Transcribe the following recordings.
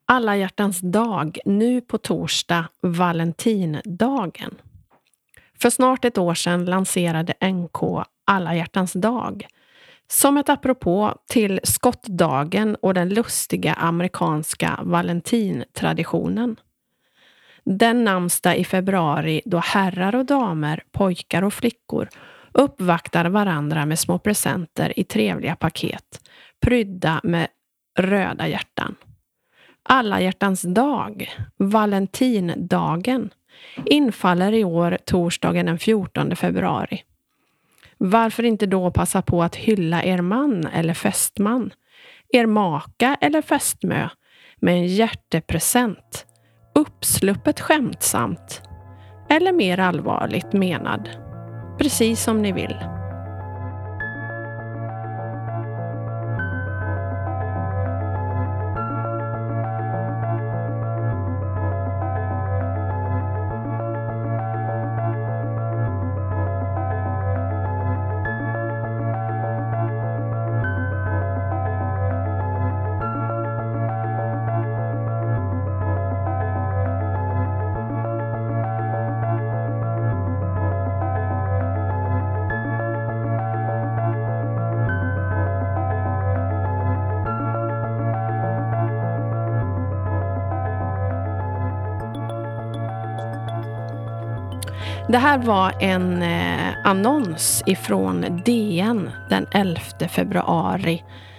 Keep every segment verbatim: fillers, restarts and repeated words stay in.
Alla hjärtans dag, nu på torsdag, Valentindagen. För snart ett år sedan lanserade N K Alla hjärtans dag som ett apropå till skottdagen och den lustiga amerikanska valentintraditionen. Den namnsdag i februari då herrar och damer, pojkar och flickor uppvaktar varandra med små presenter i trevliga paket, prydda med röda hjärtan. Alla hjärtans dag, Valentindagen, infaller i år torsdagen den fjortonde februari. Varför inte då passa på att hylla er man eller fästman, er maka eller fästmö med en hjärtepresent, uppsluppet skämtsamt eller mer allvarligt menad, precis som ni vill. Det här var en eh, annons ifrån D N den elfte februari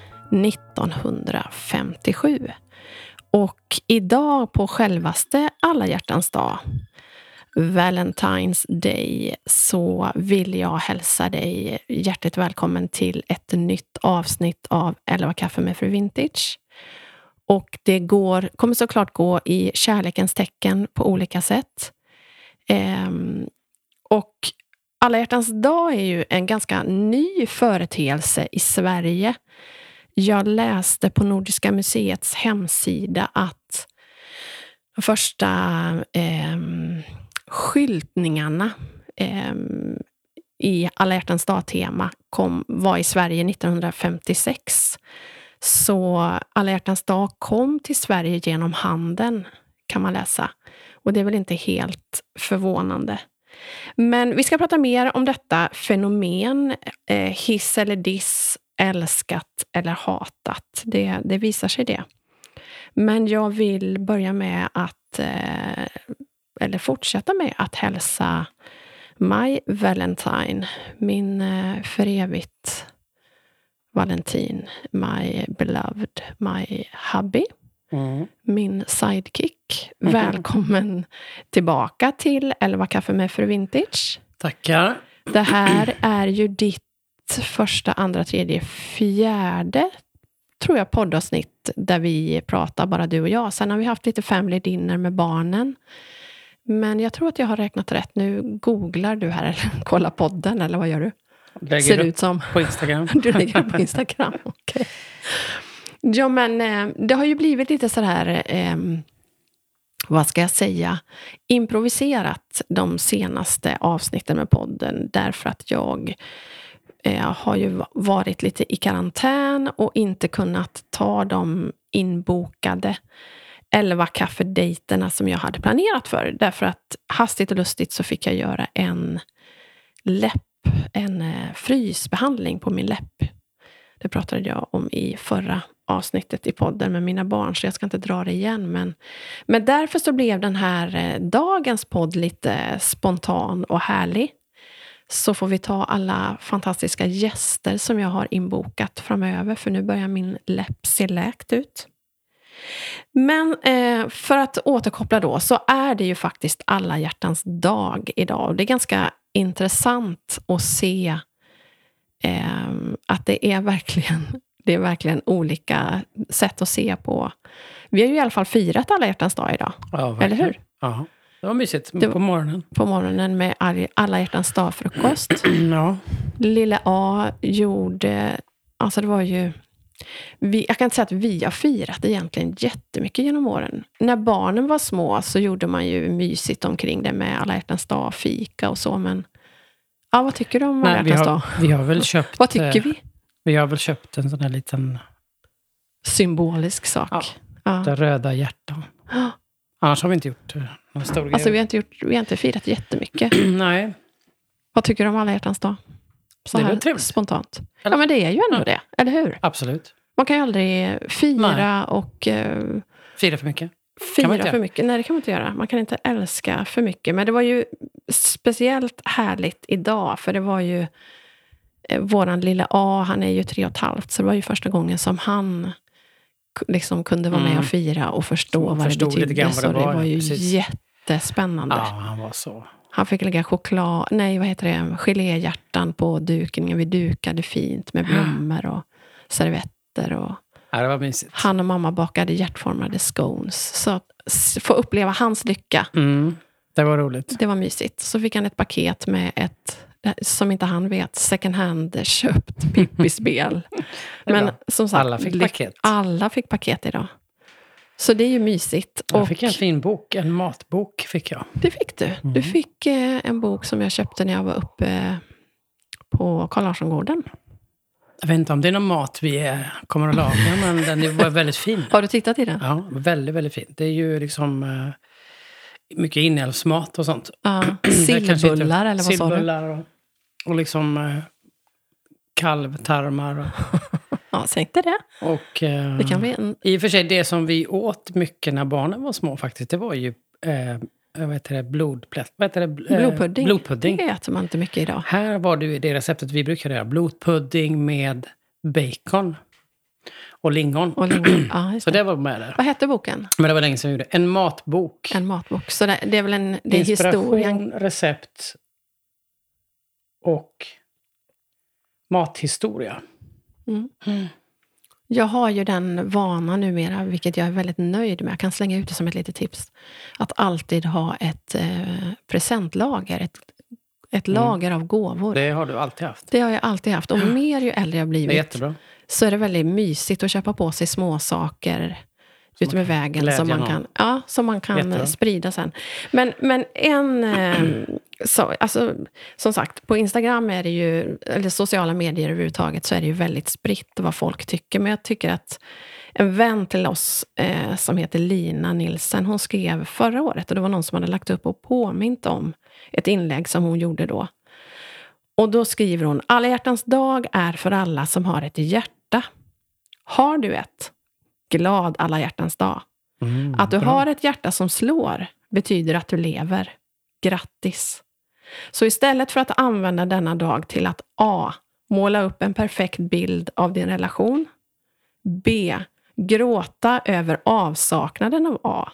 nittonhundrafemtiosju. Och idag på självaste alla hjärtans dag, Valentine's Day, så vill jag hälsa dig hjärtligt välkommen till ett nytt avsnitt av elva kaffe med Fru Vintage. Och det går, kommer såklart gå i kärlekens tecken på olika sätt. Um, och alla hjärtans dag är ju en ganska ny företeelse i Sverige. Jag läste på Nordiska museets hemsida att de första um, skyltningarna um, i alla hjärtans dag-tema kom, var i Sverige nittonhundrafemtiosex. Så alla hjärtans dag kom till Sverige genom handeln, kan man läsa. Och det är väl inte helt förvånande. Men vi ska prata mer om detta fenomen, eh, hiss eller diss, älskat eller hatat. Det, det visar sig det. Men jag vill börja med att, eh, eller fortsätta med att hälsa My Valentine, min eh, för evigt Valentin, my beloved, my hubby. Mm. Min sidekick. Mm. Välkommen tillbaka till elva kaffe med Fru Vintage. Tackar. Det här är ju ditt första, andra, tredje, fjärde, tror jag, poddavsnitt där vi pratar, bara du och jag. Sen har vi haft lite family dinner med barnen. Men jag tror att jag har räknat rätt. Nu googlar du här eller kollar podden, eller vad gör du? Lägger Ser du ut som på Instagram. Du lägger på Instagram, okej. Okay. Ja, men eh, det har ju blivit lite så här, eh, vad ska jag säga, improviserat de senaste avsnitten med podden. Därför att jag eh, har ju varit lite i karantän och inte kunnat ta de inbokade elva kaffedejterna som jag hade planerat för. Därför att hastigt och lustigt så fick jag göra en läpp, en eh, frysbehandling på min läpp. Det pratade jag om i förra avsnittet i podden med mina barn, så jag ska inte dra det igen. Men, men därför så blev den här eh, dagens podd lite spontan och härlig. Så får vi ta alla fantastiska gäster som jag har inbokat framöver, för nu börjar min läpp se läkt ut. Men eh, för att återkoppla då, så är det ju faktiskt alla hjärtans dag idag. Det är ganska intressant att se eh, att det är verkligen det är verkligen olika sätt att se på. Vi har ju i alla fall firat alla hjärtans dag idag. Ja, eller hur? Ja, det var mysigt det var på morgonen. På morgonen med alla hjärtans dag-frukost. Ja. Lilla A gjorde, alltså det var ju, vi, jag kan inte säga att vi har firat egentligen jättemycket genom åren. När barnen var små så gjorde man ju mysigt omkring det med alla hjärtans dag, fika och så, men ja, vad tycker du om alla hjärtans dag? Vi har väl köpt... Vad tycker vi? Vi har väl köpt en sån här liten... symbolisk sak. Ja. Ja. Det röda hjärtan. Annars har vi inte gjort eh, någon stor Alltså grej. vi har inte, gjort, vi har inte firat jättemycket. Nej. Vad tycker du om alla hjärtans dag? Så Det är här väl trevligt. spontant. Eller? Ja, men det är ju ändå Ja. det. Eller hur? Absolut. Man kan ju aldrig fira Nej. och uh, Fira för mycket. Kan man fira inte för göra? mycket. Nej, det kan man inte göra. Man kan inte älska för mycket. Men det var ju speciellt härligt idag. För det var ju eh, våran lilla A, han är ju tre och ett halvt. Så det var ju första gången som han k- liksom kunde vara med Mm. och fira och förstå Och vad förstod det lite betydde. grann vad Så det det var, var ja, ju precis. jättespännande. Ja, han var så. Han fick lägga choklad, nej vad heter det, geléhjärtan på dukningen. Vi dukade fint med blommor och servetter. Och Ja, det var mysigt. han och mamma bakade hjärtformade scones. Så att s- få uppleva hans lycka, Mm. Det var roligt. det var mysigt. Så fick han ett paket med ett, som inte han vet, second hand köpt Pippi-spel. Det är Men bra. som sagt, Alla fick ly- paket. Alla fick paket idag. Så det är ju mysigt. Jag Och fick en fin bok, en matbok fick jag. det fick du. Du fick eh, en bok som jag köpte när jag var uppe eh, på Carl Larsson-gården. Jag vet inte om det är någon mat vi eh, kommer att laga, men den var väldigt fin. Har du tittat i den? Ja, väldigt, väldigt fin. Det är ju liksom eh, mycket inälvsmat och sånt. Ja. Det kanske inte- Sillbullar eller vad sa du? Sillbullar och, och liksom eh, kalvtarmar. Och, Ja, tänkte det. och eh, Det kan bli en... i och för sig det som vi åt mycket när barnen var små faktiskt, det var ju eh, vad heter det, blodplätt, vad heter det? Eh, Blodpudding. blodpudding. Det äter man inte mycket idag. Här var det ju det receptet vi brukar göra, blodpudding med bacon och lingon. Och lingon. Ja, just Så det. det var med där. Vad hette boken? Men det var länge sedan jag gjorde. En matbok. En matbok. Så det, det är väl en... Det är Inspiration, historien. recept och mathistoria. Mm. Mm. Jag har ju den vana numera, vilket jag är väldigt nöjd med. Jag kan slänga ut det som ett litet tips. Att alltid ha ett eh, presentlager. Ett, ett Mm. lager av gåvor. Det... Det har du alltid haft. har jag alltid haft. Och mer ju äldre jag Det är blivit, jättebra. så är det väldigt mysigt att köpa på sig små saker Som ute med man kan vägen glädja som man någon. kan, ja, som man kan Jättebra. eh, sprida sen. Men, men en, eh, så, alltså, som sagt, på Instagram är det ju, eller sociala medier överhuvudtaget, så är det ju väldigt spritt vad folk tycker. Men jag tycker att en vän till oss eh, som heter Lina Nilsen, hon skrev förra året, och det var någon som hade lagt upp och påmint om ett inlägg som hon gjorde då. Och då skriver hon: alla hjärtans dag är för alla som har ett hjärta. Har du ett? Glad alla hjärtans dag. Mm, Att du bra. har ett hjärta som slår betyder att du lever. Grattis! Så istället för att använda denna dag till att A. Måla upp en perfekt bild av din relation. B. Gråta över avsaknaden av A.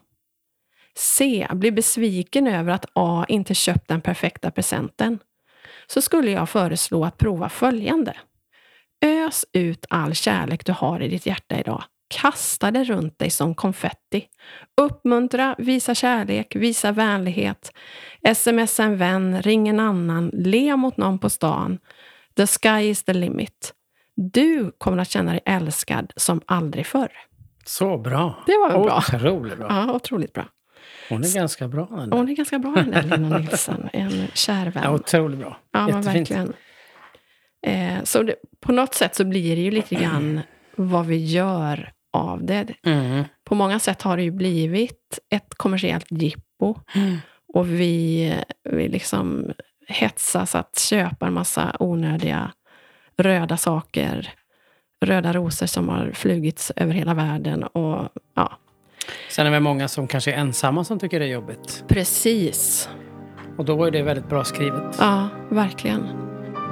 C. Bli besviken över att A inte köpt den perfekta presenten. Så skulle jag föreslå att prova följande. Ös ut all kärlek du har i ditt hjärta idag. Kasta det runt dig som konfetti. Uppmuntra, visa kärlek, visa vänlighet. Smsa en vän, ring en annan, le mot någon på stan. The sky is the limit. Du kommer att känna dig älskad som aldrig förr. Så bra. Det var väl bra? Otroligt bra. Ja, otroligt bra. Hon är ganska bra. Den där. Hon är ganska bra, den där Lina Nilsson. En kär vän. Ja, otroligt bra. Ja, men Jättefint. verkligen. Eh, så det, på något sätt så blir det ju lite grann vad vi gör av det. Mm. På många sätt har det ju blivit ett kommersiellt jippo. Mm. Och vi, vi liksom hetsas att köpa en massa onödiga röda saker. Röda rosor som har flugits över hela världen. Och ja, Sen är det många som kanske är ensamma som tycker det är jobbigt. precis. Och då var ju det väldigt bra skrivet. Ja, verkligen.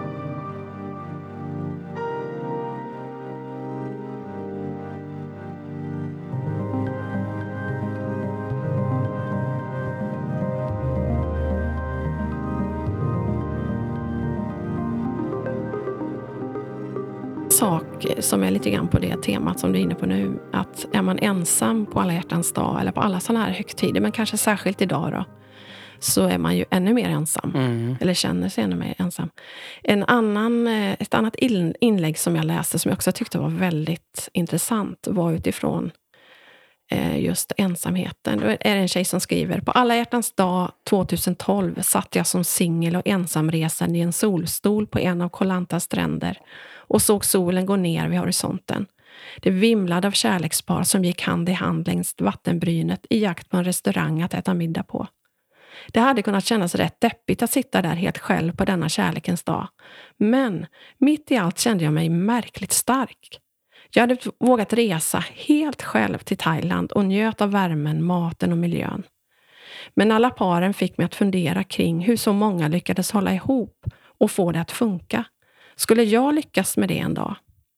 Sak som är lite grann på det temat som du är inne på nu, att är man ensam på alla hjärtans dag eller på alla sådana här högtider, men kanske särskilt idag då, så är man ju ännu mer ensam. Mm. Eller känner sig ännu mer ensam. En annan, eh, ett annat in- inlägg som jag läste som jag också tyckte var väldigt intressant var utifrån eh, just ensamheten. Då är det en tjej som skriver: på alla hjärtans dag tjugohundratolv satt jag som singel och ensamresande i en solstol på en av Koh Lantas stränder och såg solen gå ner vid horisonten. Det vimlade av kärlekspar som gick hand i hand längs vattenbrynet i jakt på en restaurang att äta middag på. Det hade kunnat kännas rätt deppigt att sitta där helt själv på denna kärlekens dag. Men mitt i allt kände jag mig märkligt stark. Jag hade vågat resa helt själv till Thailand och njöt av värmen, maten och miljön. Men alla paren fick mig att fundera kring hur så många lyckades hålla ihop och få det att funka. Skulle jag lyckas med det en dag?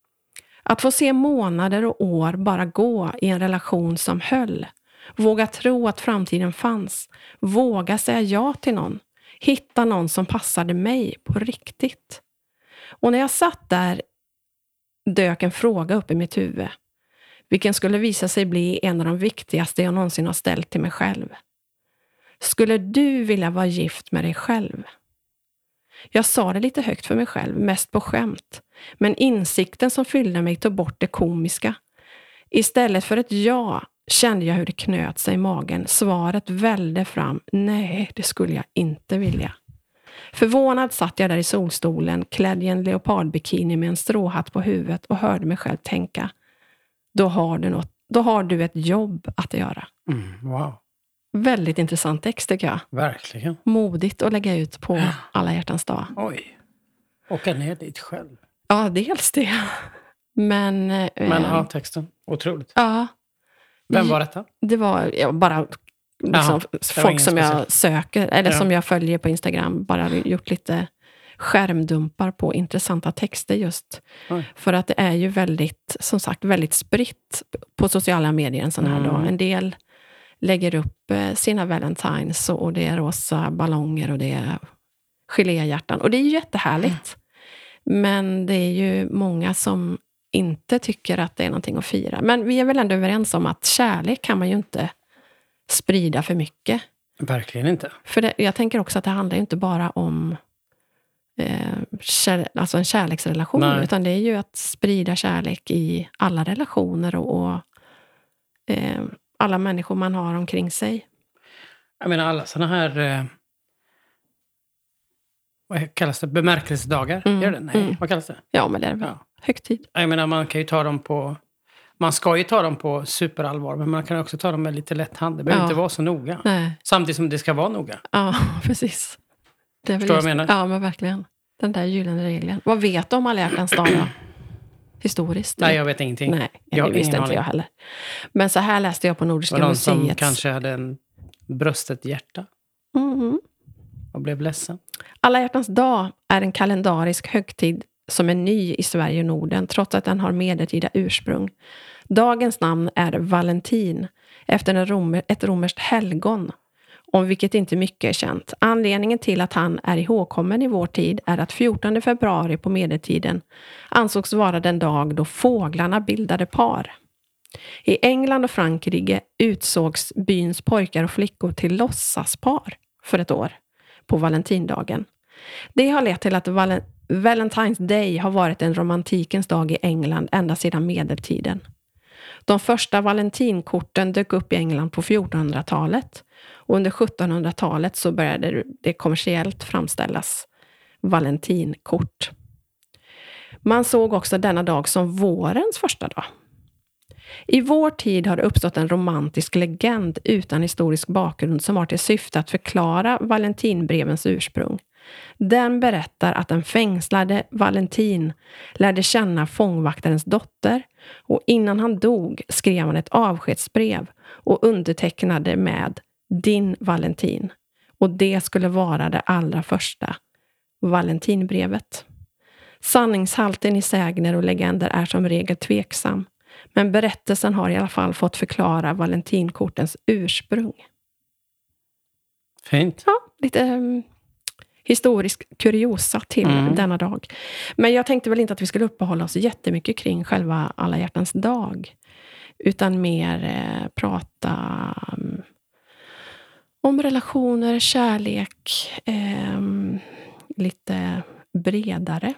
Att få se månader och år bara gå i en relation som höll. Våga tro att framtiden fanns. Våga säga ja till någon. Hitta någon som passade mig på riktigt. Och när jag satt där dök en fråga upp i mitt huvud. Vilken skulle visa sig bli en av de viktigaste jag någonsin har ställt till mig själv. Skulle du vilja vara gift med dig själv? Jag sa det lite högt för mig själv, mest på skämt. Men insikten som fyllde mig tog bort det komiska. Istället för ett ja kände jag hur det knöt sig i magen. Svaret vällde fram. Nej, det skulle jag inte vilja. Förvånad satt jag där i solstolen, klädd i en leopardbikini med en stråhatt på huvudet och hörde mig själv tänka. Då har du något, då har du ett jobb att göra. Mm, wow. Väldigt intressant text tycker jag. Verkligen. Modigt att lägga ut på alla hjärtans dag. Oj. Åka ner dit själv. Ja, dels det. Men... Men eh, ja, texten. Otroligt. Ja. Vem var detta? Det var ja, bara liksom, Jaha, det var folk ingen som jag speciell. söker, eller Ja. som jag följer på Instagram. Bara gjort lite skärmdumpar på intressanta texter just. Oj. För att det är ju väldigt, som sagt, väldigt spritt på sociala medier en sån här Mm. dag. En del lägger upp eh, sina valentines och, och det är rosa ballonger och det är geléhjärtan. Och det är ju jättehärligt. Men det är ju många som inte tycker att det är någonting att fira. Men vi är väl ändå överens om att kärlek kan man ju inte sprida för mycket. Verkligen inte. För det, jag tänker också att det handlar ju inte bara om eh, kär, alltså en kärleksrelation. Nej. Utan det är ju att sprida kärlek i alla relationer och, och eh, alla människor man har omkring sig. Jag menar alla såna här... Eh, vad kallas det? Bemärkelsedagar? Mm, Gör det? Nej, mm. vad kallas det? Ja, men det är väl Ja. högtid. Jag menar man kan ju ta dem på... Man ska ju ta dem på superallvar. Men man kan också ta dem med lite lätt hand. Det behöver Ja. inte vara så noga. Nej. Samtidigt som det ska vara noga. Ja, precis. Det är väl Förstår just, vad jag menar? Ja, men verkligen. Den där gyllene regeln. Vad vet du om alla hjärtans dag då? Historiskt? Nej, jag vet ingenting. Nej, Jag har det visste ingen inte aning. jag heller. Men så här läste jag på Det Nordiska var någon som museet. kanske hade en bröstet hjärta Mhm. och blev ledsen. Alla hjärtans dag är en kalendarisk högtid som är ny i Sverige och Norden, trots att den har medeltida ursprung. Dagens namn är Valentin, efter en romer, ett romerskt helgon, om vilket inte mycket är känt. Anledningen till att han är ihågkommen i vår tid är att fjortonde februari på medeltiden ansågs vara den dag då fåglarna bildade par. I England och Frankrike utsågs byns pojkar och flickor till låtsaspar för ett år på valentindagen. Det har lett till att Val- Valentine's Day har varit en romantikens dag i England ända sedan medeltiden. De första valentinkorten dök upp i England på fjortonhundratalet och under sjuttonhundratalet så började det kommersiellt framställas valentinkort. Man såg också denna dag som vårens första dag. I vår tid har det uppstått en romantisk legend utan historisk bakgrund som har till syfte att förklara valentinbrevens ursprung. Den berättar att den fängslade Valentin lärde känna fångvaktarens dotter och innan han dog skrev han ett avskedsbrev och undertecknade med din Valentin. Och det skulle vara det allra första Valentinbrevet. Sanningshalten i sägner och legender är som regel tveksam. Men berättelsen har i alla fall fått förklara valentinkortens ursprung. Fint. Ja, lite um, historisk kuriosa till Mm. denna dag. Men jag tänkte väl inte att vi skulle uppehålla oss jättemycket kring själva alla hjärtans dag. Utan mer eh, prata um, om relationer, kärlek, eh, lite bredare.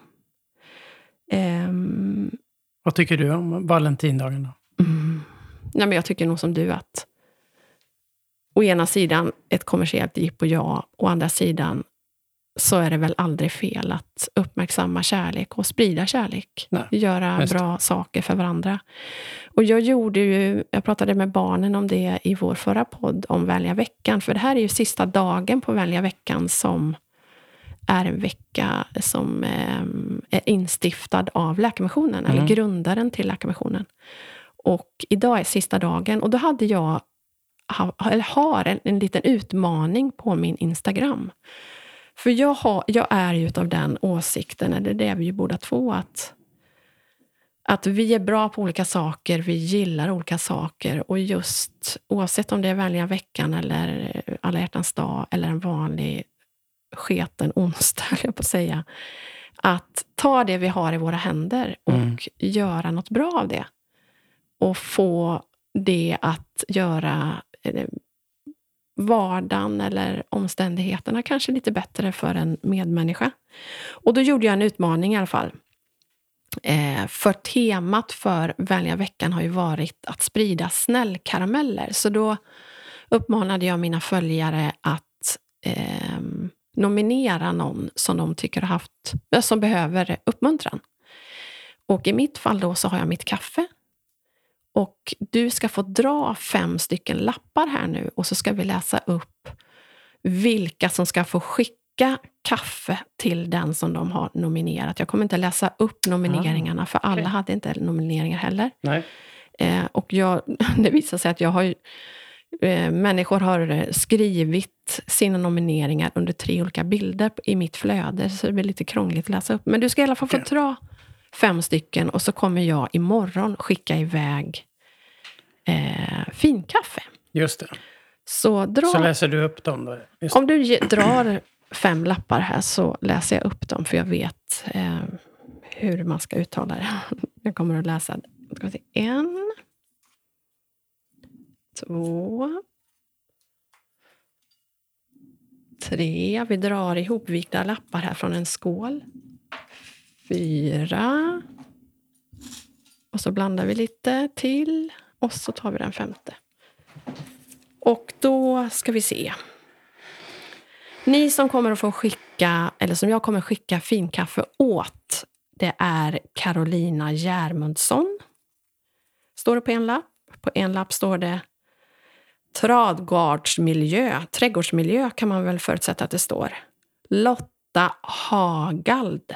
Um, Vad tycker du om valentindagen då? Mm. Nej, men jag tycker nog som du att å ena sidan ett kommersiellt jippo ja, å andra sidan så är det väl aldrig fel att uppmärksamma kärlek och sprida kärlek. Nej, göra just det. bra saker för varandra. Och jag gjorde ju, jag pratade med barnen om det i vår förra podd om Välja veckan. För det här är ju sista dagen på Välja veckan som är en vecka som eh, är instiftad av Läkarmissionen, Mm. eller grundaren till Läkarmissionen. Och idag är sista dagen, och då hade jag ha, eller har en, en liten utmaning på min Instagram. För jag, har, jag är ju utav den åsikten, eller det är vi ju båda två, att, att vi är bra på olika saker, vi gillar olika saker, och just oavsett om det är Välja veckan eller Alla hjärtans dag eller en vanlig sketen onsdag, höll jag på att säga, att ta det vi har i våra händer och Mm. göra något bra av det. Och få det att göra eh, vardagen eller omständigheterna kanske lite bättre för en medmänniska. Och då gjorde jag en utmaning i alla fall. Eh, för temat för Välja veckan har ju varit att sprida snällkarameller. Så då uppmanade jag mina följare att eh, nominera någon som de tycker har haft, som behöver uppmuntran. Och i mitt fall då så har jag mitt kaffe. Och du ska få dra fem stycken lappar här nu, och så ska vi läsa upp vilka som ska få skicka kaffe till den som de har nominerat. Jag kommer inte läsa upp nomineringarna, för alla okej. hade inte nomineringar heller. Nej. Eh, och jag, det visar sig att jag har ju, eh, människor har skrivit sina nomineringar under tre olika bilder i mitt flöde, så det blir lite krångligt att läsa upp. Men du ska i alla fall få Okej. dra fem stycken, och så kommer jag imorgon skicka iväg eh, finkaffe. Just det. Så, dra, Så läser du upp dem då? Just om du ge, drar fem lappar här, så läser jag upp dem, för jag vet eh, hur man ska uttala det. Jag kommer att läsa. Ska vi se. En, två, tre. Vi drar ihopvikta lappar här från en skål. Fyra. Och så blandar vi lite till. Och så tar vi den femte. Och då ska vi se. Ni som kommer att få skicka, eller som jag kommer att skicka finkaffe åt, det är Carolina Järmundsson. Står det på en lapp. På en lapp står det Tradgardsmiljö. Trädgårdsmiljö kan man väl förutsätta att det står. Lotta Hagald.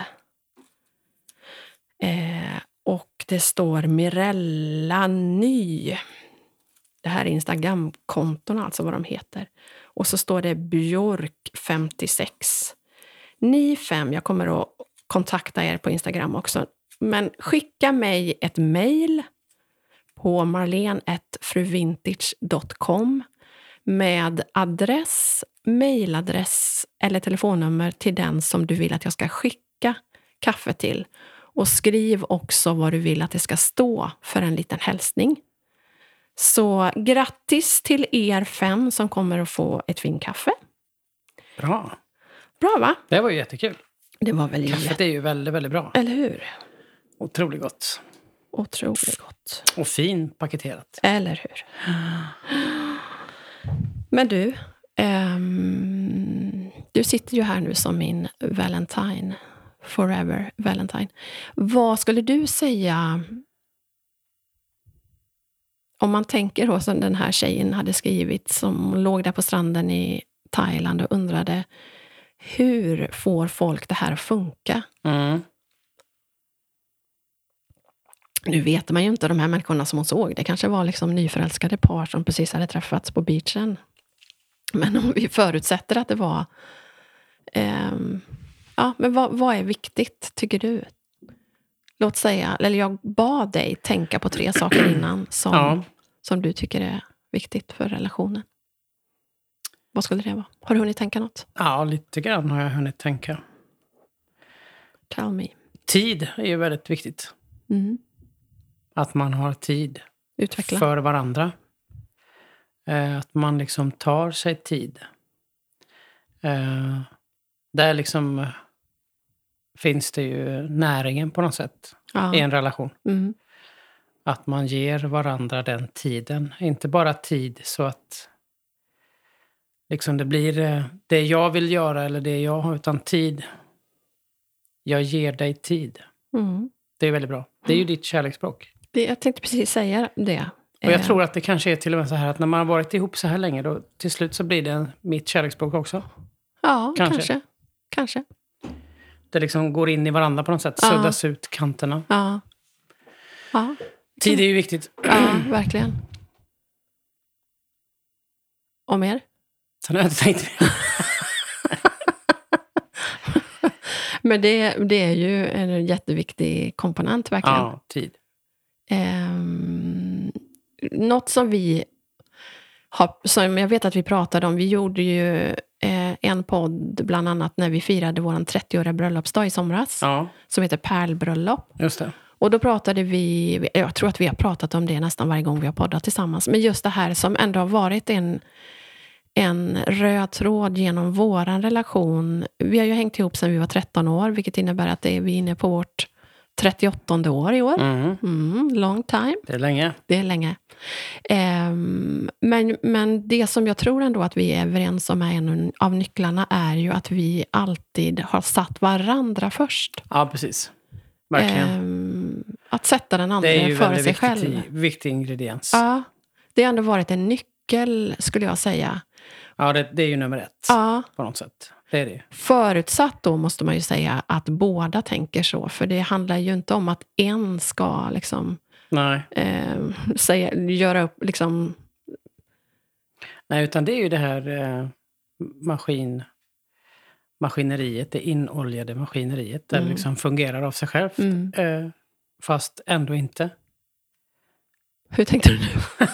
Eh, och det står Mirella Ny. Det här är Instagram-konton, alltså vad de heter. Och så står det Björk femtiosex. Ni fem, jag kommer att kontakta er på Instagram också. Men skicka mig ett mejl på marlene at fruvintage dot com med adress, mejladress eller telefonnummer till den som du vill att jag ska skicka kaffe till. Och skriv också vad du vill att det ska stå för en liten hälsning. Så grattis till er fem som kommer att få ett finkaffe. Bra. Bra, va? Det var ju jättekul. Det var väl Kaffet jätte... är ju väldigt, väldigt bra. Eller hur? Otroligt gott. Otroligt gott. Och fin paketerat. Eller hur? Men du, ehm, du sitter ju här nu som min Valentine. Forever Valentine. Vad skulle du säga om man tänker då som den här tjejen hade skrivit, som låg där på stranden i Thailand och undrade hur får folk det här att funka? Mm. Nu vet man ju inte de här människorna som hon såg. Det kanske var liksom nyförälskade par som precis hade träffats på beachen. Men om vi förutsätter att det var... Ehm, ja, men vad, vad är viktigt, tycker du? Låt säga, eller jag bad dig tänka på tre saker innan som, Ja. som du tycker är viktigt för relationen. Vad skulle det vara? Har du hunnit tänka något? Ja, lite grann har jag hunnit tänka. Tell me. Tid är ju väldigt viktigt. Mm. Att man har tid Utveckla. för varandra. Eh, att man liksom tar sig tid. Eh, där liksom eh, finns det ju näringen på något sätt Ja. i en relation. Mm. Att man ger varandra den tiden. Inte bara tid så att liksom det blir eh, det jag vill göra eller det jag har utan tid. Jag ger dig tid. Mm. Det är väldigt bra. Det är ju ditt kärleksspråk. Det, jag tänkte precis säga det. Och jag tror att det kanske är till och med så här att när man har varit ihop så här länge då till slut så blir det mitt kärleksspråk också. Ja, kanske. Kanske. kanske. Det liksom går in i varandra på något sätt. Ja. Suddas ut kanterna. Ja. Ja. Tid är ju viktigt. Ja, verkligen. Och mer? Sen har jag inte tänkt. Men det, det är ju en jätteviktig komponent verkligen. Ja, tid. Um, något som vi har, som jag vet att vi pratade om, vi gjorde ju eh, en podd bland annat när vi firade vår trettioåriga bröllopsdag i somras. Ja, Som heter Pärlbröllop. just det. Och då pratade vi, jag tror att vi har pratat om det nästan varje gång vi har poddat tillsammans. Men just det här som ändå har varit en, en röd tråd genom våran relation. Vi har ju hängt ihop sedan vi var tretton år, vilket innebär att det är vi inne på vårt trettioåttonde år i år. Mm. Mm, long time. Det är länge. Det är länge. Um, men, men det som jag tror ändå att vi är överens om är en av nycklarna är ju att vi alltid har satt varandra först. Ja, precis. Verkligen. Um, att sätta den andra det är ju före väldigt sig viktigt, själv. viktig ingrediens. Ja, det har ändå varit en nyckel skulle jag säga. Ja, det, det är ju nummer ett Ja. på något sätt. Det är det. Förutsatt då måste man ju säga att båda tänker så. För det handlar ju inte om att en ska liksom Nej. eh, säga, göra upp liksom... Nej, utan det är ju det här eh, maskin, maskineriet, det inoljade maskineriet. Där Mm. det liksom fungerar av sig självt. Mm. Eh, fast ändå inte. Hur tänkte du nu?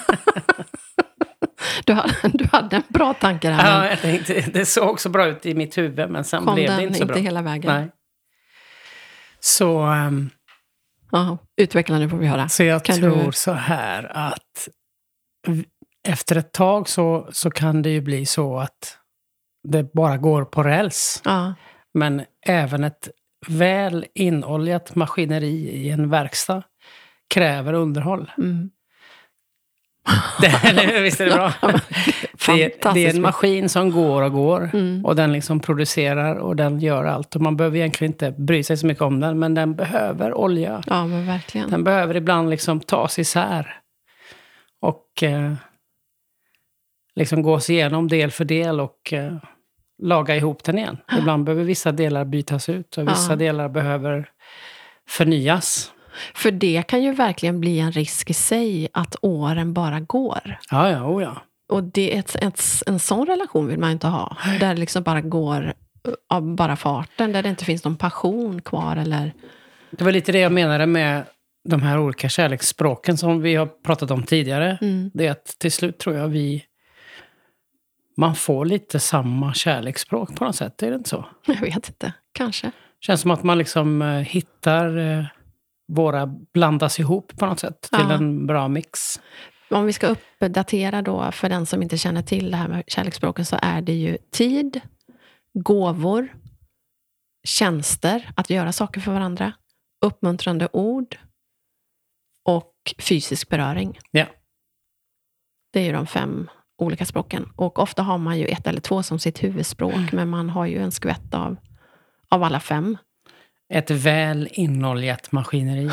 du, hade, du hade en bra tanke där. Ja, Men jag tänkte, det såg också bra ut i mitt huvud. Men sen kom blev den det inte så inte bra. hela vägen? Nej. Så, ehm, Ja, utveckla nu får vi höra. så jag Kan tror du- så här att v- efter ett tag så, så kan det ju bli så att det bara går på räls. Ja, Men även ett väl inoljat maskineri i en verkstad kräver underhåll. mm. Det, eller hur? Visst är det bra? Det, det är Fantastiskt. en maskin som går och går. Mm. Och den liksom producerar och den gör allt. Och man behöver egentligen inte bry sig så mycket om den. Men den behöver olja. Ja, men verkligen. Den behöver ibland liksom tas isär. Och eh, liksom gås igenom del för del och eh, laga ihop den igen. Ibland behöver vissa delar bytas ut och vissa Ja. delar behöver förnyas. För det kan ju verkligen bli en risk i sig att åren bara går. Ja, ja, oh ja. Och det är ett, ett, en sån relation vill man inte ha. Där det liksom bara går av bara farten. Där det inte finns någon passion kvar. Eller... Det var lite det jag menade med de här olika kärleksspråken som vi har pratat om tidigare. Mm. Det är att till slut tror jag vi... Man får lite samma kärleksspråk på något sätt, är det inte så? Jag vet inte, kanske. Känns som att man liksom eh, hittar eh, våra blandas ihop på något sätt till Ja. en bra mix. Om vi ska uppdatera då för den som inte känner till det här med kärleksspråken så är det ju tid, gåvor, tjänster, att göra saker för varandra, uppmuntrande ord och fysisk beröring. Ja. Det är ju de fem olika språken. Och ofta har man ju ett eller två som sitt huvudspråk, Mm. men man har ju en skvätt av, av alla fem. Ett väl inoljat maskineri.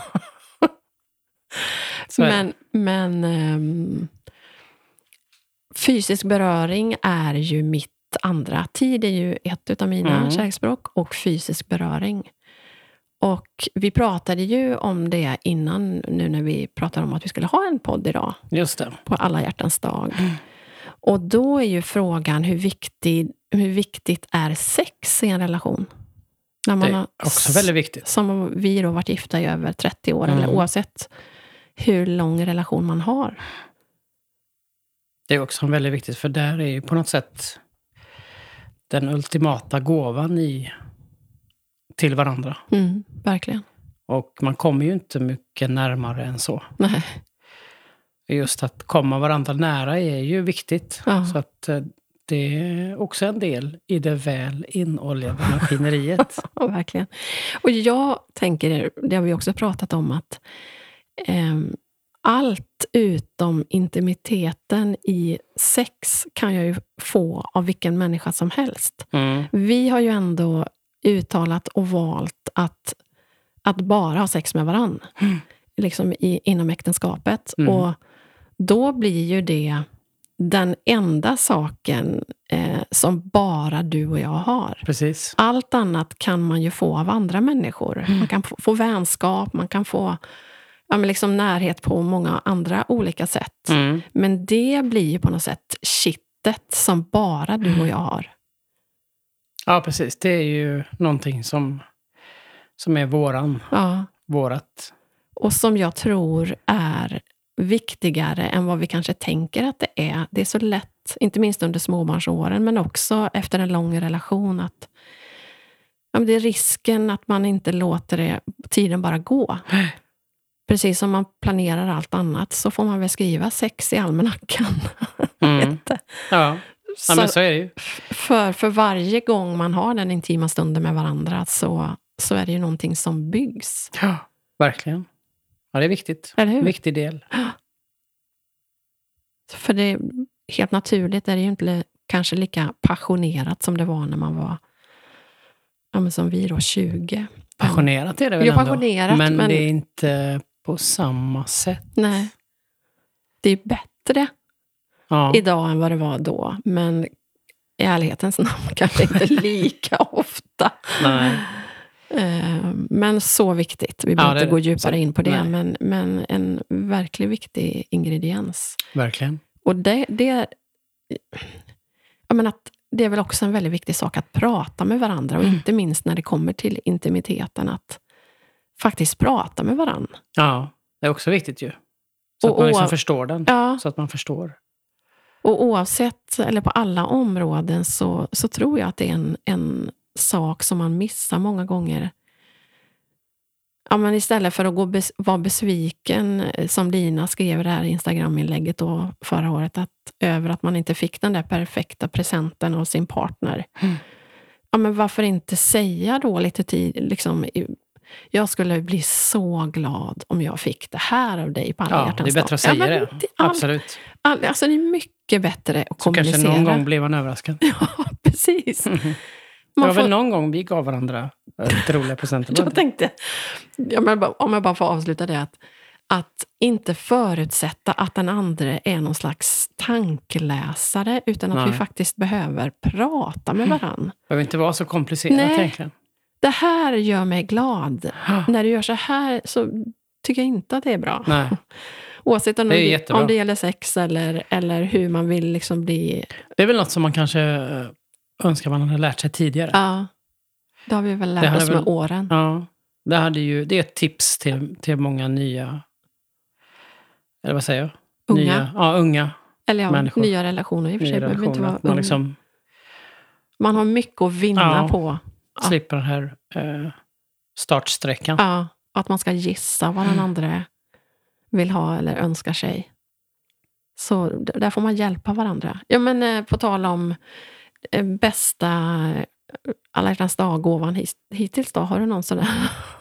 Så är det. Men, men ehm, fysisk beröring är ju mitt andra. Tid är ju ett utav mina Mm. kärleksspråk och fysisk beröring. Och vi pratade ju om det innan, nu när vi pratade om att vi skulle ha en podd idag Just det. på alla hjärtans dag. Och då är ju frågan hur, viktig, hur viktigt är sex i en relation? När man Det är har, också väldigt viktigt. som vi då varit gifta i över trettio år, Mm. eller oavsett hur lång relation man har. Det är också väldigt viktigt, för där är ju på något sätt den ultimata gåvan i, till varandra. Mm, verkligen. Och man kommer ju inte mycket närmare än så. Nej. Just att komma varandra nära är ju viktigt. Ja. Så att eh, det är också en del i det väl inoljade maskineriet. Ja, verkligen. Och jag tänker, det har vi också pratat om, att, ehm, allt utom intimiteten i sex kan jag ju få av vilken människa som helst. Mm. Vi har ju ändå uttalat och valt att, att bara ha sex med varann. Mm. Liksom i, inom äktenskapet. Mm. Och då blir ju det den enda saken eh, som bara du och jag har. Precis. Allt annat kan man ju få av andra människor. Mm. Man kan få, få vänskap, man kan få ja, men liksom närhet på många andra olika sätt. Mm. Men det blir ju på något sätt kittet som bara du och jag har. Ja, precis. Det är ju någonting som, som är våran. Ja. Vårat. Och som jag tror är viktigare än vad vi kanske tänker att det är. Det är så lätt, inte minst under småbarnsåren, men också efter en lång relation, att ja, men det är risken att man inte låter det, tiden bara gå. Precis som man planerar allt annat så får man väl skriva sex i almanackan. Mm. ja. ja, så, men så är det ju. För, för varje gång man har den intima stunden med varandra så, så är det ju någonting som byggs. Ja, verkligen. Ja, det är viktigt. Eller hur? Viktig del. För det är helt naturligt, är det ju inte kanske lika passionerat som det var när man var, ja men som vi då, tjugo. Passionerat är det väl ja, ändå. passionerat, men, men det är inte på samma sätt. Nej. Det är bättre ja. idag än vad det var då. Men i ärlighetens namn kanske inte lika ofta. Nej. Men så viktigt. Vi behöver ja, inte gå djupare så, in på det. nej. Men, men en verkligen viktig ingrediens. Verkligen. Och det, det, jag menar att det är väl också en väldigt viktig sak att prata med varandra. Och Mm. inte minst när det kommer till intimiteten. Att faktiskt prata med varandra. Ja, det är också viktigt ju. Så Och, att man liksom och, förstår den. Ja. Så att man förstår. Och oavsett, eller på alla områden, så, så tror jag att det är en, en sak som man missar många gånger. Ja, men istället för att gå bes, vara besviken, som Lina skrev det här Instagram-inlägget då förra året, att, över att man inte fick den där perfekta presenten av sin partner. Mm. Ja, men varför inte säga då lite tid, liksom, jag skulle bli så glad om jag fick det här av dig på alla Ja, hjärtans det är bättre att säga ja, det. All, Absolut. All, alltså det är mycket bättre att Så kommunicera. kanske någon gång blev man överraskad. Ja, precis. Mm. Det Man var får, väl någon gång vi gav varandra ett roliga presenter. jag tänkte, ja, men om jag bara får avsluta det, att, att inte förutsätta att den andra är någon slags tankeläsare, utan att Nej. vi faktiskt behöver prata med varann. Det behöver inte vara så komplicerat Nej. egentligen. Det här gör mig glad. När du gör så här så tycker jag inte att det är bra. Nej. Oavsett om Det är det, jättebra. om det gäller sex eller, eller hur man vill liksom bli... Det är väl något som man kanske önskar man hade lärt sig tidigare. Ja, det har vi väl Det lärt hade oss med väl- åren. Ja, det, hade ju, det är ett tips till, till många nya, eller vad säger jag? Unga. Nya, ja, unga. Eller ja, människor. nya relationer i och för sig. Nya Behöver inte relationer. vara Att man ung. liksom Man har mycket att vinna Ja. på. Ja. slipper den här eh, startsträckan. Ja, att man ska gissa vad den andra vill ha eller önskar sig. Så d- där får man hjälpa varandra. Ja, men eh, på tal om eh, bästa eh, alla hjärtans dag-gåvan his- hittills då, har du någon sån där?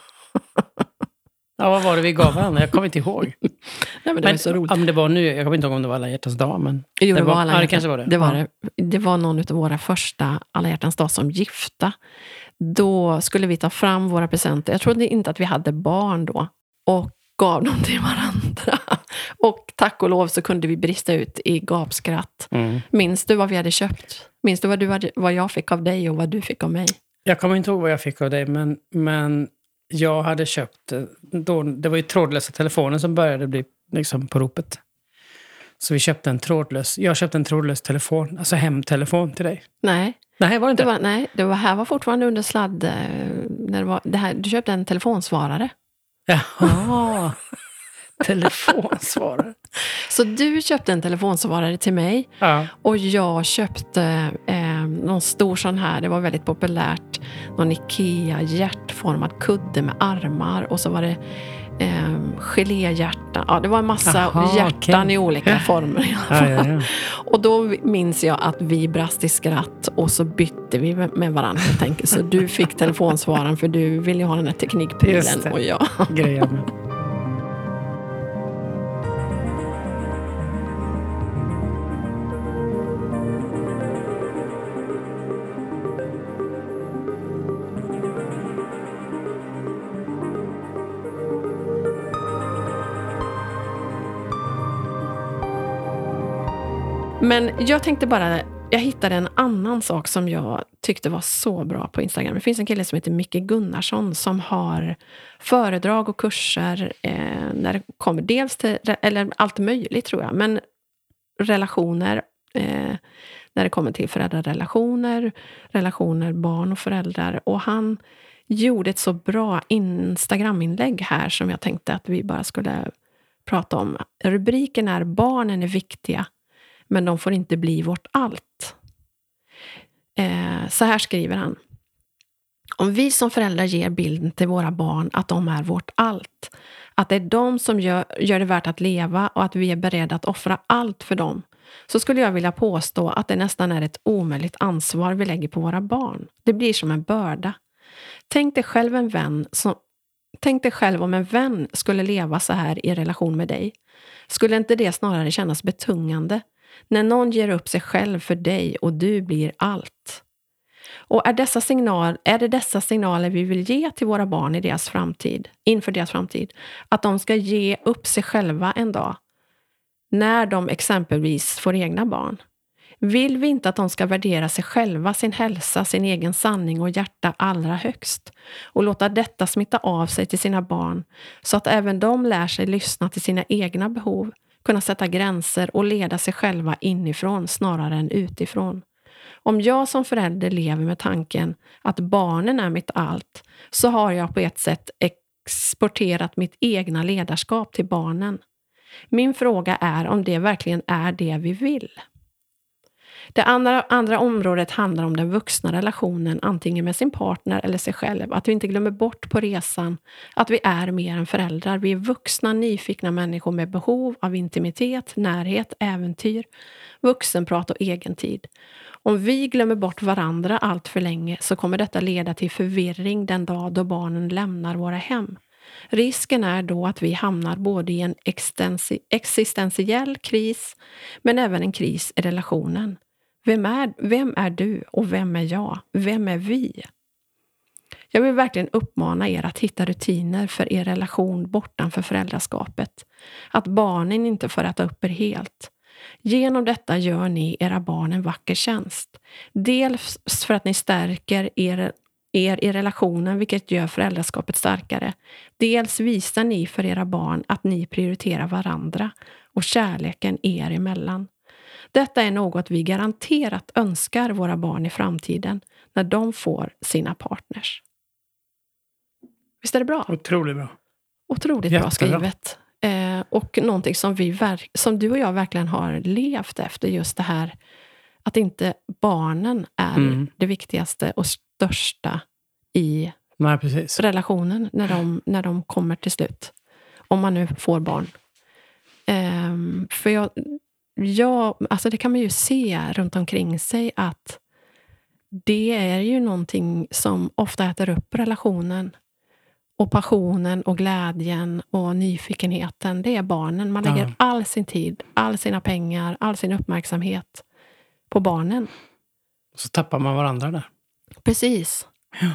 Ja, vad var det vi gav varandra? Jag kommer inte ihåg. Nej, men det var ju så roligt. Ja, men det var nu, jag kommer inte ihåg om det var alla hjärtans dag, men Jo, det det var var- alla ja, det hjärtans- kanske var det. Det var, Ja. det. Det var någon av våra första alla hjärtans dag som gifta. Då skulle vi ta fram våra presenter. Jag trodde inte att vi hade barn då. Och gav dem till varandra. Och tack och lov så kunde vi brista ut i gapskratt. mm. Minns du vad vi hade köpt? Minns du vad, du hade, vad jag fick av dig och vad du fick av mig? Jag kommer inte ihåg vad jag fick av dig, men, men jag hade köpt, eh, då, det var ju trådlösa telefoner som började bli liksom på ropet. Så vi köpte en trådlös, jag köpte en trådlös telefon, alltså hemtelefon till dig. Nej, Nej, var det inte? det var, nej, det var här var fortfarande under sladd. eh, När det var, det här, du köpte en telefonsvarare. Jaha, telefonsvarare. Så du köpte en telefonsvarare till mig. Ja. Och jag köpte eh, någon stor sån här, det var väldigt populärt, någon Ikea hjärtformad kudde med armar. Och så var det eh, geléhjärtan. Ja, det var en massa Aha, hjärtan okej. i olika former i alla fall. Ja, ja, ja. Och då minns jag att vi brast i skratt och så bytte vi med med varandra. Jag tänker, så du fick telefonsvararen för du ville ju ha den här Just teknikprylen det. och jag. Grejen. Men jag tänkte bara, jag hittade en annan sak som jag tyckte var så bra på Instagram. Det finns en kille som heter Micke Gunnarsson som har föredrag och kurser eh, när det kommer dels till, eller allt möjligt tror jag, men relationer, eh, när det kommer till föräldrarrelationer, relationer barn och föräldrar. Och han gjorde ett så bra Instagram-inlägg här som jag tänkte att vi bara skulle prata om. Rubriken är "Barnen är viktiga, men de får inte bli vårt allt". Eh, så här skriver han. Om vi som föräldrar ger bilden till våra barn att de är vårt allt, att det är de som gör, gör det värt att leva och att vi är beredda att offra allt för dem, så skulle jag vilja påstå att det nästan är ett omöjligt ansvar vi lägger på våra barn. Det blir som en börda. Tänk dig själv en vän som Tänk dig själv om en vän skulle leva så här i relation med dig. Skulle inte det snarare kännas betungande? När någon ger upp sig själv för dig och du blir allt. Och är, dessa signal, är det dessa signaler vi vill ge till våra barn i deras framtid, inför deras framtid? Att de ska ge upp sig själva en dag. När de exempelvis får egna barn. Vill vi inte att de ska värdera sig själva, sin hälsa, sin egen sanning och hjärta allra högst? Och låta detta smitta av sig till sina barn så att även de lär sig lyssna till sina egna behov, kunna sätta gränser och leda sig själva inifrån snarare än utifrån. Om jag som förälder lever med tanken att barnen är mitt allt, så har jag på ett sätt exporterat mitt egna ledarskap till barnen. Min fråga är om det verkligen är det vi vill. Det andra, andra området handlar om den vuxna relationen, antingen med sin partner eller sig själv. Att vi inte glömmer bort på resan att vi är mer än föräldrar. Vi är vuxna, nyfikna människor med behov av intimitet, närhet, äventyr, vuxenprat och egen tid. Om vi glömmer bort varandra allt för länge så kommer detta leda till förvirring den dag då barnen lämnar våra hem. Risken är då att vi hamnar både i en existentiell kris men även en kris i relationen. Vem är, vem är du och vem är jag? Vem är vi? Jag vill verkligen uppmana er att hitta rutiner för er relation bortanför föräldraskapet. Att barnen inte får äta upp er helt. Genom detta gör ni era barn en vacker tjänst. Dels för att ni stärker er, er i relationen, vilket gör föräldraskapet starkare. Dels visar ni för era barn att ni prioriterar varandra och kärleken er emellan. Detta är något vi garanterat önskar våra barn i framtiden när de får sina partners. Visst är det bra? Otroligt bra. Otroligt Jättebra. Bra skrivet. Eh, och någonting som, vi verk- som du och jag verkligen har levt efter, just det här att inte barnen är mm. det viktigaste och största i Nej, precis. relationen när de, när de kommer till slut. Om man nu får barn. Eh, för jag... Ja, alltså det kan man ju se runt omkring sig att det är ju någonting som ofta äter upp relationen och passionen och glädjen och nyfikenheten. Det är barnen. Man lägger ja. all sin tid, all sina pengar, all sin uppmärksamhet på barnen. Så tappar man varandra där. Precis. Ja.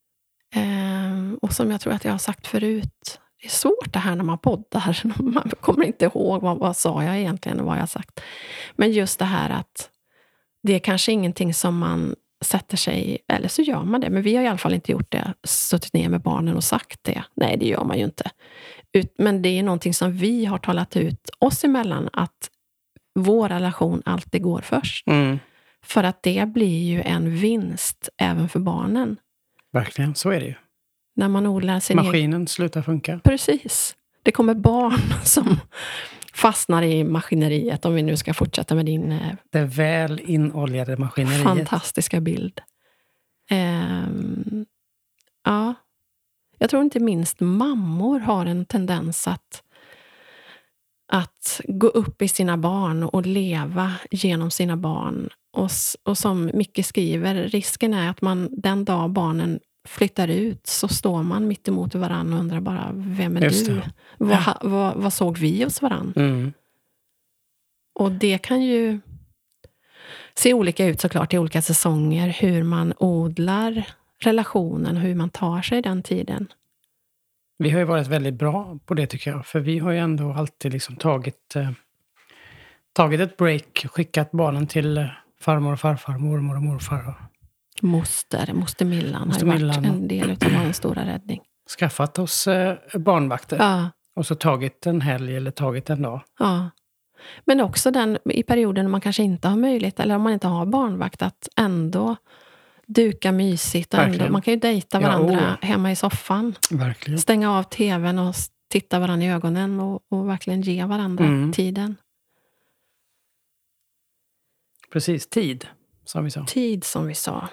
Ehm, och som jag tror att jag har sagt förut, det är svårt det här när man poddar. Man kommer inte ihåg vad, vad sa jag egentligen och vad jag har sagt. Men just det här att det är kanske ingenting som man sätter sig, eller så gör man det. Men vi har i alla fall inte gjort det, suttit ner med barnen och sagt det. Nej, det gör man ju inte. Ut, men det är någonting som vi har talat ut oss emellan, att vår relation alltid går först. Mm. För att det blir ju en vinst även för barnen. Verkligen, så är det ju. När man odlar sin Maskinen egen... slutar funka. Precis. Det kommer barn som fastnar i maskineriet, om vi nu ska fortsätta med din... Det väl inoljade maskineriet. Fantastiska bild. Ehm, ja. Jag tror inte minst mammor har en tendens att att gå upp i sina barn och leva genom sina barn. Och, och som Micke skriver, risken är att man den dag barnen flyttar ut så står man mitt emot varann och undrar bara, vem är Just du? det. Vad, Ja. vad, vad såg vi hos varann? Mm. Och det kan ju se olika ut såklart i olika säsonger, hur man odlar relationen, hur man tar sig den tiden. Vi har ju varit väldigt bra på det tycker jag. För vi har ju ändå alltid liksom tagit eh, tagit ett break, skickat barnen till farmor och farfar, mormor och morfar. Moster, moster Millan Moster har ju Millan. varit en del av vår stora räddning. Skaffat oss eh, barnvakter. Ja, Och så tagit en helg eller tagit en dag. ja. Men också den i perioden när man kanske inte har möjlighet, eller om man inte har barnvakt, att ändå duka mysigt. Och ändå, Verkligen. man kan ju dejta Ja, varandra oh. hemma i soffan. Verkligen. Stänga av tvn och s- titta varandra i ögonen och, och verkligen ge varandra Mm. tiden. Precis, tid, som vi sa. Tid, som vi sa.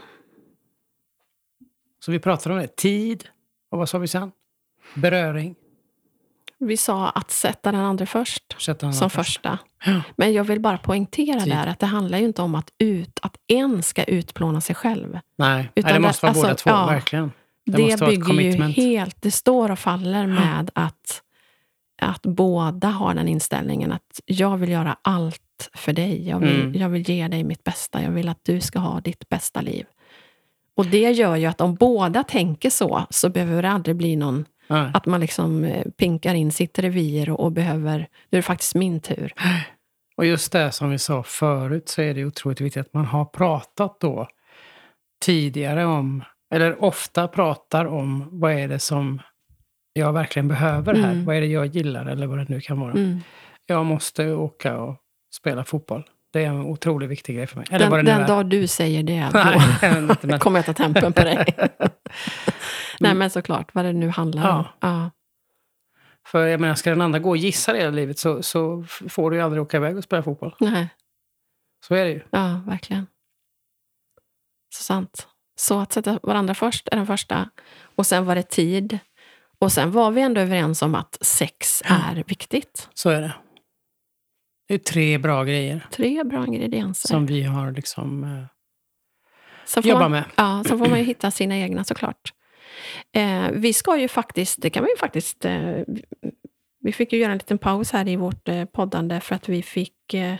Så vi pratade om det. Tid. Och vad sa vi sen? Beröring. Vi sa att sätta den andra först. Sätta den Som först. första. Ja. Men jag vill bara poängtera Tid. där att det handlar ju inte om att, ut, att en ska utplåna sig själv. Nej, Utan Nej, det måste det- vara båda alltså, två, ja. verkligen. Det, Det, måste vara ett bygger ju commitment. helt, det står och faller med att, att båda har den inställningen att jag vill göra allt för dig. Jag vill, Mm. jag vill ge dig mitt bästa. Jag vill att du ska ha ditt bästa liv. Och det gör ju att om båda tänker så, så behöver det aldrig bli någon, Nej. att man liksom eh, pinkar in sitt revir och, och behöver, nu är det faktiskt min tur. Och just det som vi sa förut, så är det otroligt viktigt att man har pratat då tidigare om, eller ofta pratar om, vad är det som jag verkligen behöver här? Mm. Vad är det jag gillar, eller vad det nu kan vara? Mm. Jag måste åka och spela fotboll. Det är en otroligt viktig grej för mig. Eller vad Den, det nu den är. dag du säger det, Nej, då jag vet inte, men- kommer jag ta tempen på dig. Nej, men såklart, vad det nu handlar Ja. om. Ja. För jag menar, ska den andra gå och gissa det hela livet, så, så f- får du ju aldrig åka iväg och spela fotboll. Nej. Så är det ju. Ja, verkligen. Så sant. Så att sätta varandra först är den första. Och sen var det tid. Och sen var vi ändå överens om att sex är viktigt. Så är det. Det är tre bra grejer Tre bra ingredienser. som vi har liksom eh, Sen får jobbar man, med. Ja, så får man ju hitta sina egna såklart. Eh, vi ska ju faktiskt, det kan man ju faktiskt, eh, vi fick ju göra en liten paus här i vårt eh, poddande för att vi fick eh,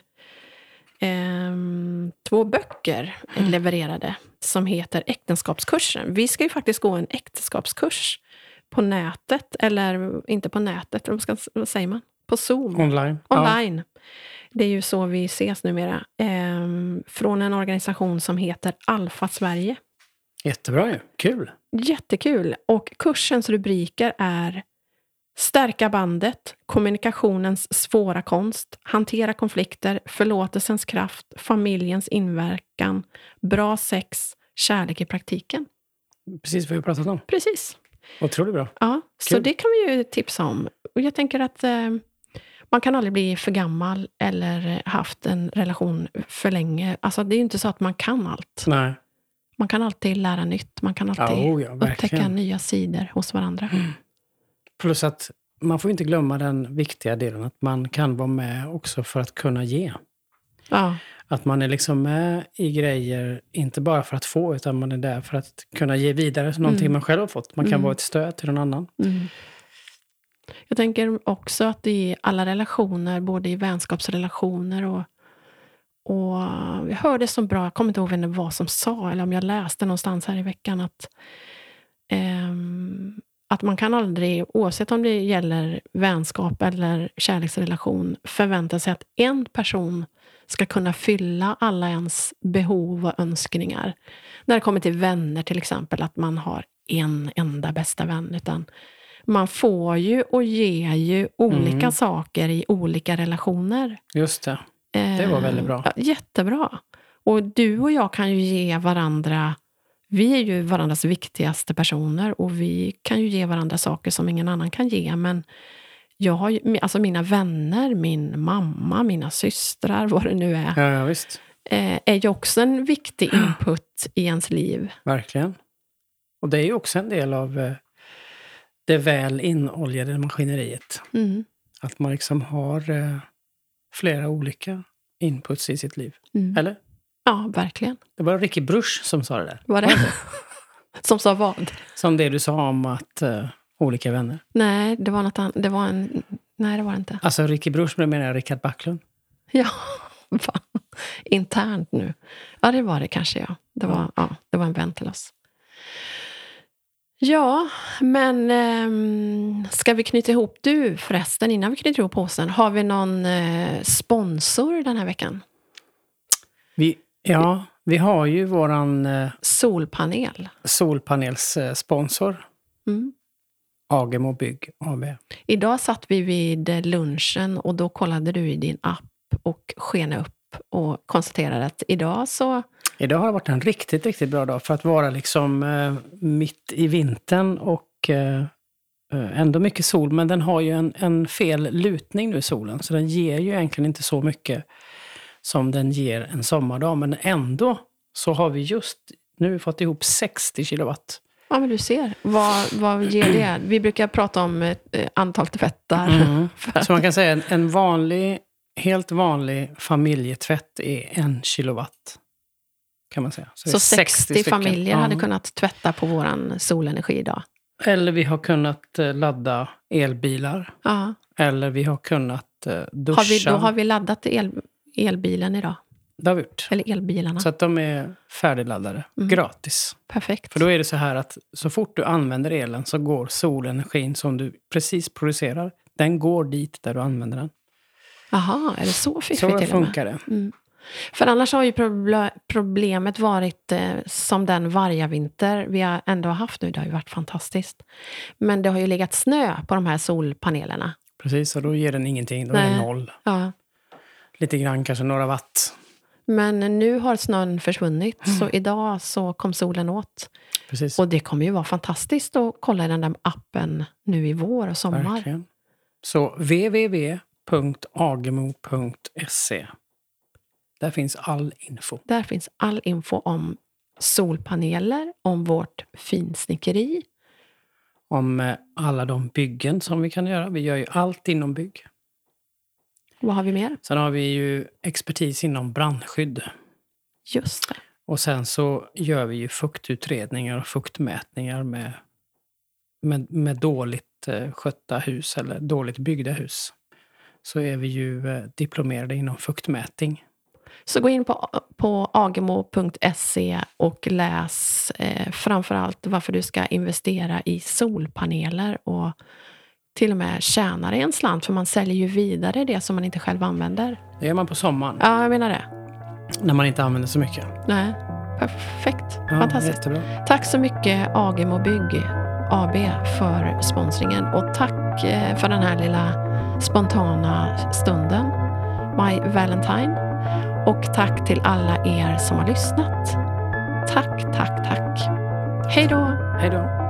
eh, två böcker levererade som heter Äktenskapskursen. Vi ska ju faktiskt gå en äktenskapskurs på nätet, eller inte på nätet, vad, ska, vad säger man? På Zoom. Online. Ja. Online. Det är ju så vi ses numera. Eh, från en organisation som heter Alfa Sverige. Jättebra ju. Kul. Jättekul. Och kursens rubriker är Stärka bandet, kommunikationens svåra konst, hantera konflikter, förlåtelsens kraft, familjens inverkan, bra sex, kärlek i praktiken. Precis vad vi har pratat om. Precis. Otroligt bra. Ja, så Kul. det kan vi ju tipsa om. Och jag tänker att eh, man kan aldrig bli för gammal eller haft en relation för länge. Alltså det är ju inte så att man kan allt. Nej. Man kan alltid lära nytt. Man kan alltid Ja, oh ja, upptäcka verkligen. nya sidor hos varandra. Plus att man får inte glömma den viktiga delen att man kan vara med också för att kunna ge. Ja, Att man är liksom med i grejer, inte bara för att få, utan man är där för att kunna ge vidare någonting Mm. man själv har fått. Man kan Mm. vara ett stöd till någon annan. mm. Jag tänker också att i alla relationer, både i vänskapsrelationer och, och jag hörde så bra, jag kommer inte ihåg vem det var som sa, eller om jag läste någonstans här i veckan, att ehm, att man kan aldrig, oavsett om det gäller vänskap eller kärleksrelation, förvänta sig att en person ska kunna fylla alla ens behov och önskningar. När det kommer till vänner till exempel, att man har en enda bästa vän, utan man får ju och ger ju olika Mm. saker i olika relationer. Just det. Det var väldigt bra. Eh, ja, jättebra. Och du och jag kan ju ge varandra, vi är ju varandras viktigaste personer och vi kan ju ge varandra saker som ingen annan kan ge, men jag har ju, alltså mina vänner, min mamma, mina systrar, vad det nu är, Ja, ja, visst. eh, är ju också en viktig input i ens liv. Verkligen. Och det är ju också en del av eh, det väl inoljade maskineriet. Mm. Att man liksom har eh, flera olika inputs i sitt liv. Mm. Eller? Ja, verkligen. Det var Ricky Bruch som sa det där. Var det? Som sa vad? Som det du sa om att eh, olika vänner. Nej, det var något annat. Det var en... Nej, det var det inte. Alltså Ricky Bruch menar jag Rickard Backlund. Ja, fan. Internt nu. Ja, det var det kanske, ja. Det var, ja, det var en vän till oss. Ja, men eh, ska vi knyta ihop, du förresten, innan vi knyter ihop påsen, har vi någon eh, sponsor den här veckan? Vi, ja, vi har ju våran eh, Solpanel. solpanelssponsor. Mm. Agemo Bygg A B. Idag satt vi vid lunchen och då kollade du i din app och sken upp och konstaterade att idag så... Idag har det varit en riktigt, riktigt bra dag för att vara liksom eh, mitt i vintern och eh, ändå mycket sol. Men den har ju en, en fel lutning nu, solen. Så den ger ju egentligen inte så mycket som den ger en sommardag. Men ändå så har vi just nu fått ihop sextio kilowatt. Ja, men du ser. Vad, vad ger det? Vi brukar prata om eh, antal tvättar. Mm. Så man kan säga en, en vanlig, helt vanlig familjetvätt är en kilowatt. Kan man säga. Så, så sextio, sextio familjer stycken. hade Ja. kunnat tvätta på våran solenergi idag. Eller vi har kunnat eh, ladda elbilar. Ja. Eller vi har kunnat eh, duscha. Har vi, då har vi laddat el, elbilen idag. Det har vi gjort. Eller elbilarna. Så att de är färdigladdade. Mm. Gratis. Perfekt. För då är det så här att så fort du använder elen så går solenergin som du precis producerar. Den går dit där du använder den. Jaha, är det så fiffigt Så till och med? funkar det. Mm. För annars har ju proble- problemet varit eh, som den vargavinter vi har ändå haft nu. Det har ju varit fantastiskt. Men det har ju legat snö på de här solpanelerna. Precis, och då ger den ingenting. Då är det noll. Ja. Lite grann, kanske några watt. Men nu har snön försvunnit. Mm. Så idag så kom solen åt. Precis. Och det kommer ju vara fantastiskt att kolla i den där appen nu i vår och sommar. Verkligen. Så w w w punkt agemo punkt se. Där finns all info. Där finns all info om solpaneler, om vårt finsnickeri. Om eh, alla de byggen som vi kan göra. Vi gör ju allt inom bygg. Vad har vi mer? Sen har vi ju expertis inom brandskydd. Just det. Och sen så gör vi ju fuktutredningar och fuktmätningar med, med, med dåligt eh, skötta hus eller dåligt byggda hus. Så är vi ju eh, diplomerade inom fuktmätning. Så gå in på, på agemo punkt se och läs eh, framförallt varför du ska investera i solpaneler och till och med tjäna dig en slant, för man säljer ju vidare det som man inte själv använder. Det gör man på sommaren. Ja, jag menar det. När man inte använder så mycket. Nej, perfekt. Ja, Fantastiskt. jättebra. Tack så mycket Agemo Bygg A B för sponsringen och tack eh, för den här lilla spontana stunden. My Valentine. Och tack till alla er som har lyssnat. Tack, tack, tack. Hej då! Hej då!